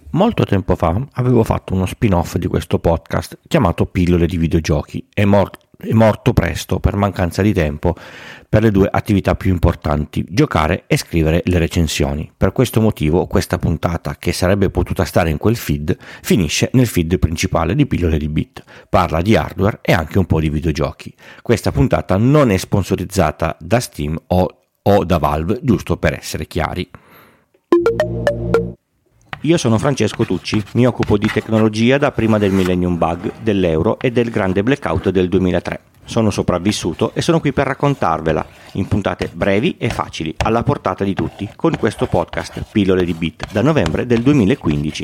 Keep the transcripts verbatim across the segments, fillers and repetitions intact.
Molto tempo fa avevo fatto uno spin-off di questo podcast chiamato Pillole di videogiochi. È, mor- è morto presto per mancanza di tempo per le due attività più importanti, giocare e scrivere le recensioni. Per questo motivo questa puntata, che sarebbe potuta stare in quel feed, finisce nel feed principale di Pillole di Bit. Parla di hardware e anche un po' di videogiochi. Questa puntata non è sponsorizzata da Steam o, o da Valve, giusto per essere chiari. Io sono Francesco Tucci, mi occupo di tecnologia da prima del Millennium Bug, dell'euro e del grande blackout del duemilatré. Sono sopravvissuto e sono qui per raccontarvela, in puntate brevi e facili, alla portata di tutti, con questo podcast Pillole di Bit, da novembre del duemilaquindici.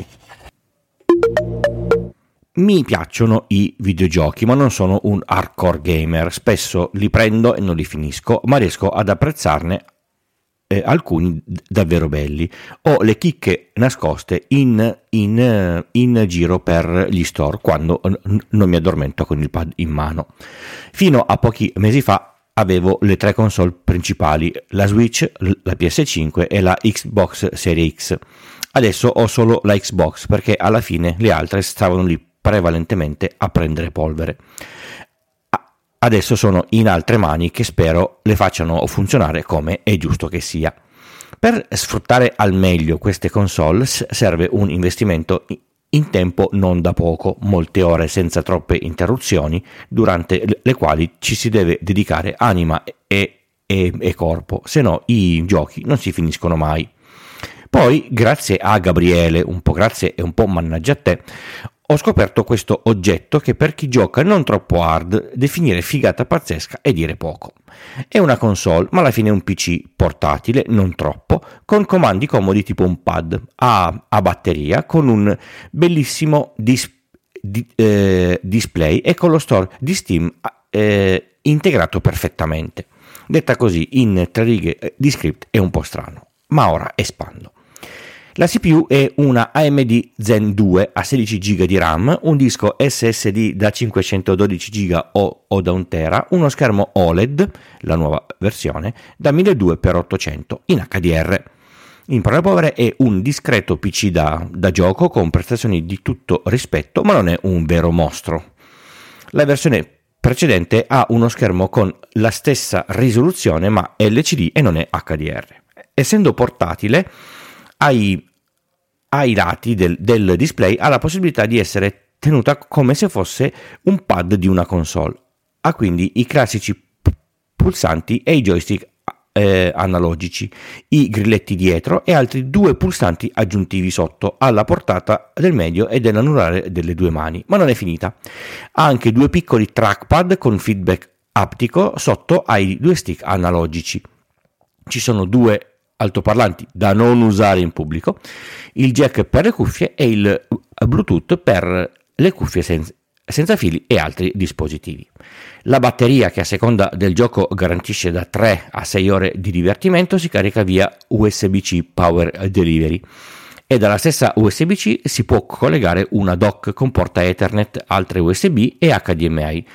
Mi piacciono i videogiochi, ma non sono un hardcore gamer, spesso li prendo e non li finisco, ma riesco ad apprezzarne Eh, alcuni davvero belli. Ho le chicche nascoste in, in, in giro per gli store quando n- non mi addormento con il pad in mano. Fino a pochi mesi fa avevo le tre console principali, la Switch, la P S cinque e la Xbox Series X. Adesso ho solo la Xbox perché alla fine le altre stavano lì prevalentemente a prendere polvere. Adesso sono in altre mani che spero le facciano funzionare come è giusto che sia. Per sfruttare al meglio queste console serve un investimento in tempo non da poco, molte ore senza troppe interruzioni, durante le quali ci si deve dedicare anima e, e, e corpo, se no i giochi non si finiscono mai. Poi, grazie a Gabriele, un po' grazie e un po' mannaggia a te, ho scoperto questo oggetto che per chi gioca non troppo hard definire figata pazzesca e dire poco. È una console, ma alla fine è un P C portatile, non troppo, con comandi comodi tipo un pad, a, a batteria, con un bellissimo dis, di, eh, display e con lo store di Steam eh, integrato perfettamente. Detta così, in tre righe di script è un po' strano, ma ora espando. La C P U è una A M D Zen due a sedici giga di RAM, un disco S S D da cinquecentododici giga o, o da un tera, uno schermo O L E D, la nuova versione, da milleduecento per ottocento in H D R. In parole povere è un discreto P C da, da gioco con prestazioni di tutto rispetto, ma non è un vero mostro. La versione precedente ha uno schermo con la stessa risoluzione ma L C D e non è H D R. Essendo portatile, ai, ai lati del, del display ha la possibilità di essere tenuta come se fosse un pad di una console. Ha quindi i classici p- pulsanti e i joystick eh, analogici, i grilletti dietro e altri due pulsanti aggiuntivi sotto, alla portata del medio e dell'anulare delle due mani. Ma non è finita. Ha anche due piccoli trackpad con feedback aptico sotto ai due stick analogici. Ci sono due altoparlanti da non usare in pubblico, il jack per le cuffie e il Bluetooth per le cuffie senza, senza fili e altri dispositivi. La batteria, che a seconda del gioco garantisce da tre a sei ore di divertimento, si carica via U S B C Power Delivery e dalla stessa U S B C si può collegare una dock con porta Ethernet, altre U S B e H D M I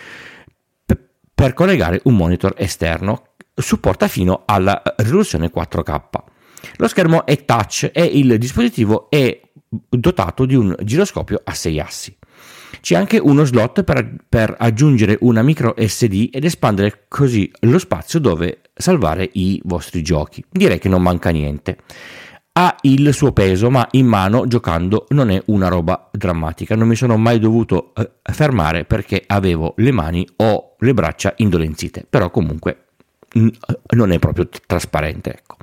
p- per collegare un monitor esterno. Supporta fino alla risoluzione quattro K. Lo schermo è touch e il dispositivo è dotato di un giroscopio a sei assi. C'è anche uno slot per, per aggiungere una micro S D ed espandere così lo spazio dove salvare i vostri giochi. Direi che non manca niente. Ha il suo peso, ma in mano giocando non è una roba drammatica. Non mi sono mai dovuto eh, fermare perché avevo le mani o le braccia indolenzite, però comunque non è proprio trasparente, ecco.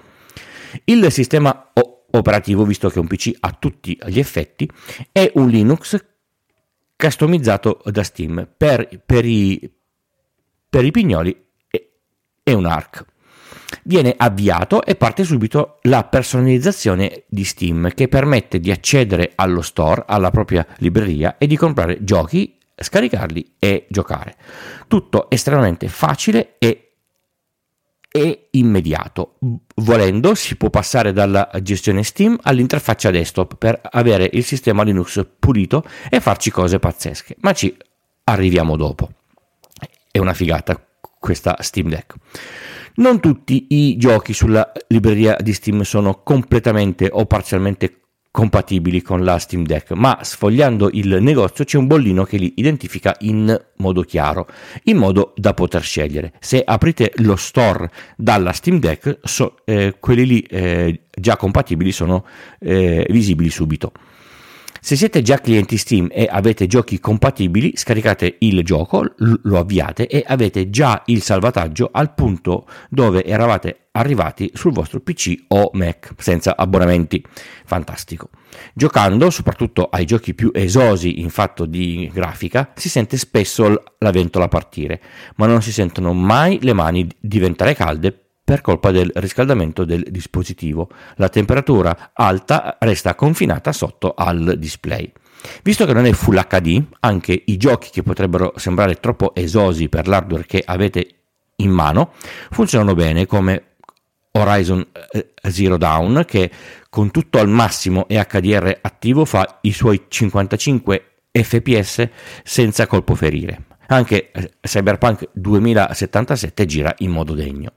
Il sistema operativo, visto che è un P C a tutti gli effetti, è un Linux customizzato da Steam. Per, per, i, per i pignoli è un Arc. Viene avviato e parte subito la personalizzazione di Steam, che permette di accedere allo store, alla propria libreria e di comprare giochi, scaricarli e giocare. Tutto estremamente facile e e immediato. Volendo si può passare dalla gestione Steam all'interfaccia desktop per avere il sistema Linux pulito e farci cose pazzesche, ma ci arriviamo dopo. È una figata questa Steam Deck. Non tutti i giochi sulla libreria di Steam sono completamente o parzialmente compatibili con la Steam Deck, ma sfogliando il negozio c'è un bollino che li identifica in modo chiaro, in modo da poter scegliere. Se aprite lo store dalla Steam Deck, so, eh, quelli lì eh, già compatibili sono eh, visibili subito. Se siete già clienti Steam e avete giochi compatibili, scaricate il gioco, lo avviate e avete già il salvataggio al punto dove eravate arrivati sul vostro P C o Mac senza abbonamenti. Fantastico. Giocando, soprattutto ai giochi più esosi in fatto di grafica, si sente spesso la ventola partire, ma non si sentono mai le mani diventare calde per colpa del riscaldamento del dispositivo. La temperatura alta resta confinata sotto al display. Visto che non è Full H D, anche i giochi che potrebbero sembrare troppo esosi per l'hardware che avete in mano funzionano bene, come Horizon Zero Dawn, che con tutto al massimo e H D R attivo fa i suoi cinquantacinque F P S senza colpo ferire. Anche Cyberpunk duemilasettantasette gira in modo degno.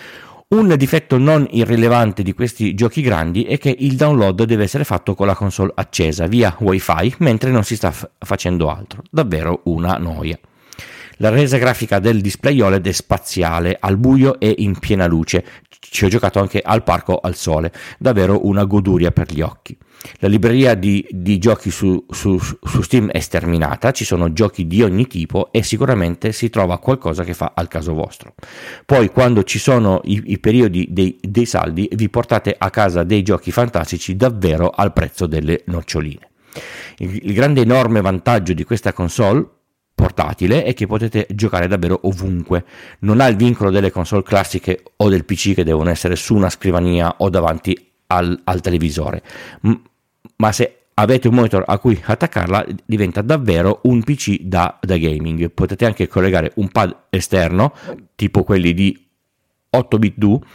Un difetto non irrilevante di questi giochi grandi è che il download deve essere fatto con la console accesa via Wi-Fi mentre non si sta f- facendo altro. Davvero una noia. La resa grafica del display O L E D è spaziale, al buio e in piena luce. Ci ho giocato anche al parco al sole, davvero una goduria per gli occhi. La libreria di, di giochi su, su, su Steam è sterminata, ci sono giochi di ogni tipo e sicuramente si trova qualcosa che fa al caso vostro. Poi quando ci sono i, i periodi dei, dei saldi vi portate a casa dei giochi fantastici davvero al prezzo delle noccioline. Il, il grande enorme vantaggio di questa console portatile è che potete giocare davvero ovunque, non ha il vincolo delle console classiche o del P C che devono essere su una scrivania o davanti al, al televisore, M- ma se avete un monitor a cui attaccarla diventa davvero un P C da, da gaming. Potete anche collegare un pad esterno tipo quelli di otto bit D U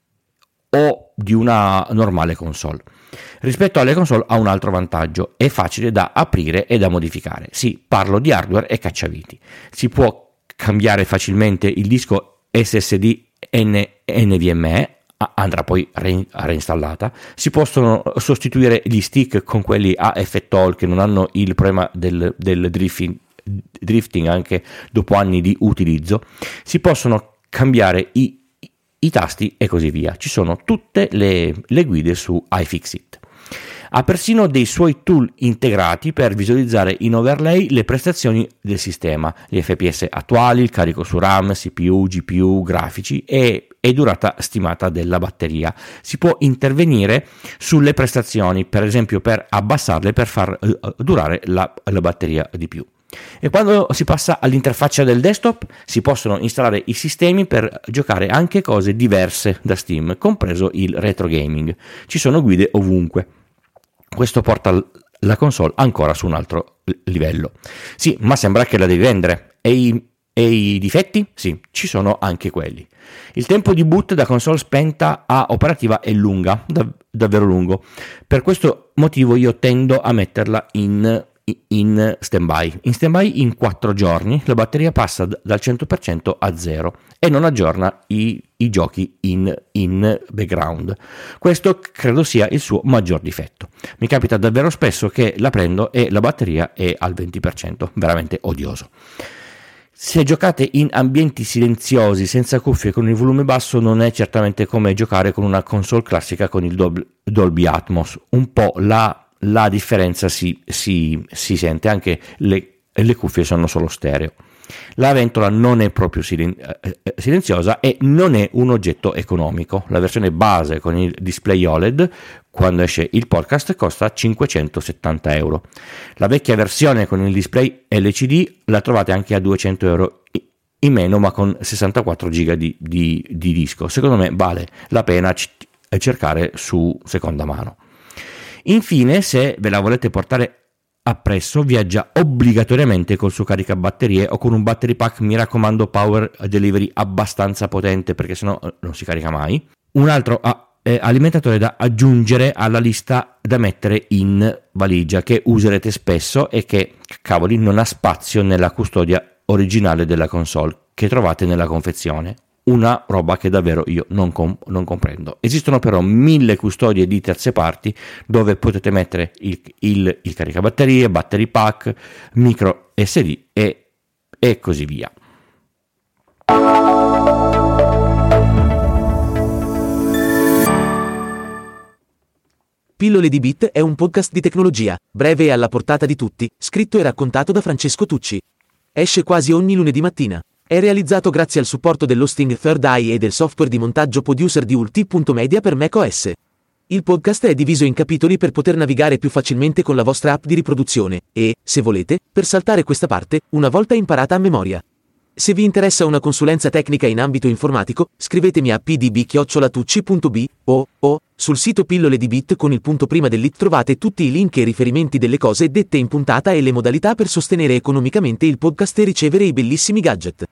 o di una normale console. Rispetto alle console ha un altro vantaggio: è facile da aprire e da modificare. Sì, parlo di hardware e cacciaviti. Si può cambiare facilmente il disco S S D N- NVMe, andrà poi re- reinstallata. Si possono sostituire gli stick con quelli A F T O L che non hanno il problema del, del drifting, drifting anche dopo anni di utilizzo. Si possono cambiare i i tasti e così via. Ci sono tutte le, le guide su iFixit. Ha persino dei suoi tool integrati per visualizzare in overlay le prestazioni del sistema, gli F P S attuali, il carico su RAM, C P U, G P U, grafici e, e durata stimata della batteria. Si può intervenire sulle prestazioni, per esempio per abbassarle per far uh, durare la, la batteria di più. E quando si passa all'interfaccia del desktop si possono installare i sistemi per giocare anche cose diverse da Steam, compreso il retro gaming. Ci sono guide ovunque. Questo porta la console ancora su un altro livello. Sì, ma sembra che la devi vendere. E i, e i difetti? Sì, ci sono anche quelli. Il tempo di boot da console spenta a operativa è lunga, dav- davvero lungo. Per questo motivo io tendo a metterla in in stand-by. In stand-by in quattro giorni la batteria passa d- dal cento per cento a zero e non aggiorna i, i giochi in, in background. Questo credo sia il suo maggior difetto. Mi capita davvero spesso che la prendo e la batteria è al venti per cento, veramente odioso. Se giocate in ambienti silenziosi, senza cuffie, con il volume basso, non è certamente come giocare con una console classica con il Dol- Dolby Atmos. Un po' la La differenza si, si, si sente, anche le, le cuffie sono solo stereo. La ventola non è proprio silen- silenziosa e non è un oggetto economico. La versione base con il display O L E D, quando esce il podcast, costa cinquecentosettanta euro. La vecchia versione con il display L C D la trovate anche a duecento euro in meno, ma con sessantaquattro giga di, di, di disco. Secondo me vale la pena c- cercare su seconda mano. Infine, se ve la volete portare appresso, viaggia obbligatoriamente col suo caricabatterie o con un battery pack, mi raccomando, power delivery abbastanza potente, perché sennò non si carica mai. Un altro ah, eh, alimentatore da aggiungere alla lista da mettere in valigia, che userete spesso e che, cavoli, non ha spazio nella custodia originale della console che trovate nella confezione. una roba che davvero io non, com- non comprendo. Esistono però mille custodie di terze parti dove potete mettere il, il, il caricabatterie, battery pack, micro S D e, e così via. Pillole di Bit è un podcast di tecnologia, breve e alla portata di tutti, scritto e raccontato da Francesco Tucci. Esce quasi ogni lunedì mattina. È realizzato grazie al supporto dell'hosting Third Eye e del software di montaggio producer di ulti punto media per macOS. Il podcast è diviso in capitoli per poter navigare più facilmente con la vostra app di riproduzione e, se volete, per saltare questa parte, una volta imparata a memoria. Se vi interessa una consulenza tecnica in ambito informatico, scrivetemi a p d b chiocciola tucci punto b o, o sul sito Pillole di Bit con il punto prima dell'it trovate tutti i link e riferimenti delle cose dette in puntata e le modalità per sostenere economicamente il podcast e ricevere i bellissimi gadget.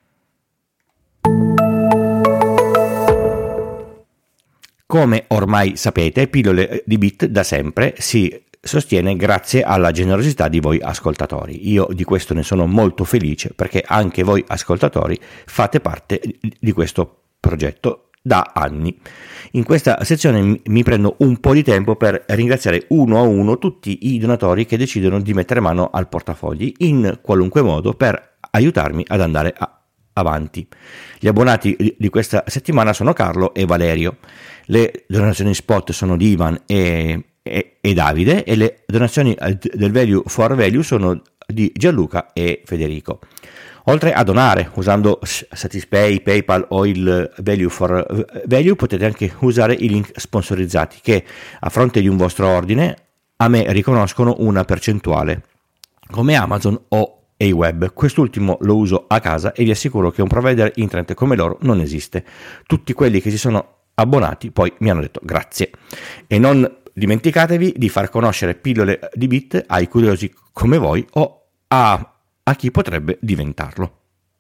Come ormai sapete, Pillole di Bit da sempre si sostiene grazie alla generosità di voi ascoltatori. Io di questo ne sono molto felice perché anche voi ascoltatori fate parte di questo progetto da anni. In questa sezione mi prendo un po' di tempo per ringraziare uno a uno tutti i donatori che decidono di mettere mano al portafogli in qualunque modo per aiutarmi ad andare a avanti. Gli abbonati di questa settimana sono Carlo e Valerio. Le donazioni spot sono di Ivan e, e, e Davide, e le donazioni del Value for Value sono di Gianluca e Federico. Oltre a donare usando Satispay, PayPal o il Value for Value, potete anche usare i link sponsorizzati che, a fronte di un vostro ordine, a me riconoscono una percentuale, come Amazon o Aweb. Quest'ultimo lo uso a casa e vi assicuro che un provider internet come loro non esiste. Tutti quelli che si sono abbonati poi mi hanno detto grazie. E non dimenticatevi di far conoscere Pillole di Bit ai curiosi come voi o a, a chi potrebbe diventarlo.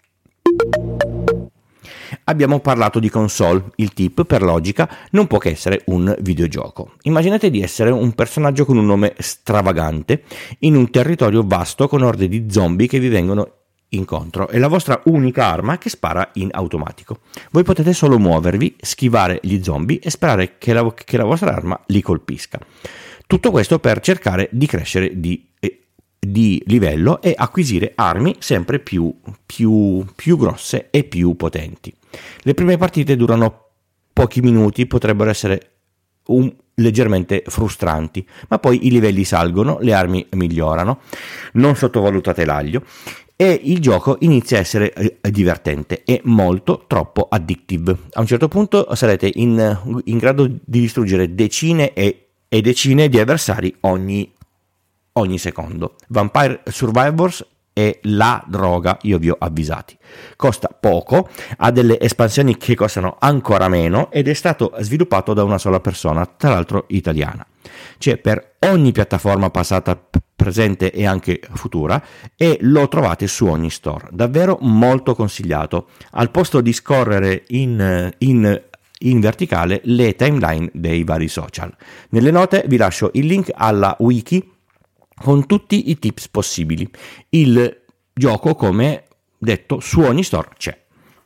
Abbiamo parlato di console. Il tip, per logica, non può che essere un videogioco. Immaginate di essere un personaggio con un nome stravagante in un territorio vasto con orde di zombie che vi vengono incontro e la vostra unica arma che spara in automatico. Voi potete solo muovervi, schivare gli zombie e sperare che la, che la vostra arma li colpisca. Tutto questo per cercare di crescere di di livello e acquisire armi sempre più, più, più grosse e più potenti. Le prime partite durano pochi minuti, potrebbero essere un, leggermente frustranti, ma poi i livelli salgono, le armi migliorano, non sottovalutate l'aglio e il gioco inizia a essere divertente e molto troppo addictive. A un certo punto sarete in, in grado di distruggere decine e, e decine di avversari ogni ogni secondo. Vampire Survivors è la droga, io vi ho avvisati. Costa poco, ha delle espansioni che costano ancora meno ed è stato sviluppato da una sola persona, tra l'altro italiana. C'è per ogni piattaforma passata, presente e anche futura e lo trovate su ogni store. Davvero molto consigliato. Al posto di scorrere in, in in verticale le timeline dei vari social. Nelle note vi lascio il link alla wiki con tutti i tips possibili. Il gioco, come detto, su ogni store c'è.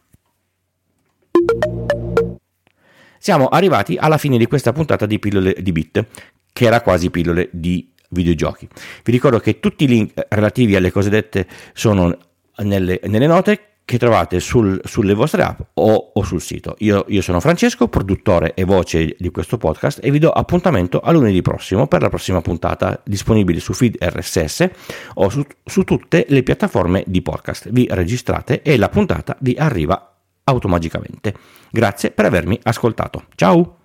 Siamo arrivati alla fine di questa puntata di Pillole di Bit, che era quasi pillole di videogiochi. Vi ricordo che tutti i link relativi alle cose dette sono nelle, nelle note che trovate sul, sulle vostre app o, o sul sito. Io, io sono Francesco, produttore e voce di questo podcast, e vi do appuntamento a lunedì prossimo per la prossima puntata, disponibile su feed R S S o su, su tutte le piattaforme di podcast. Vi registrate e la puntata vi arriva automagicamente. Grazie per avermi ascoltato. Ciao!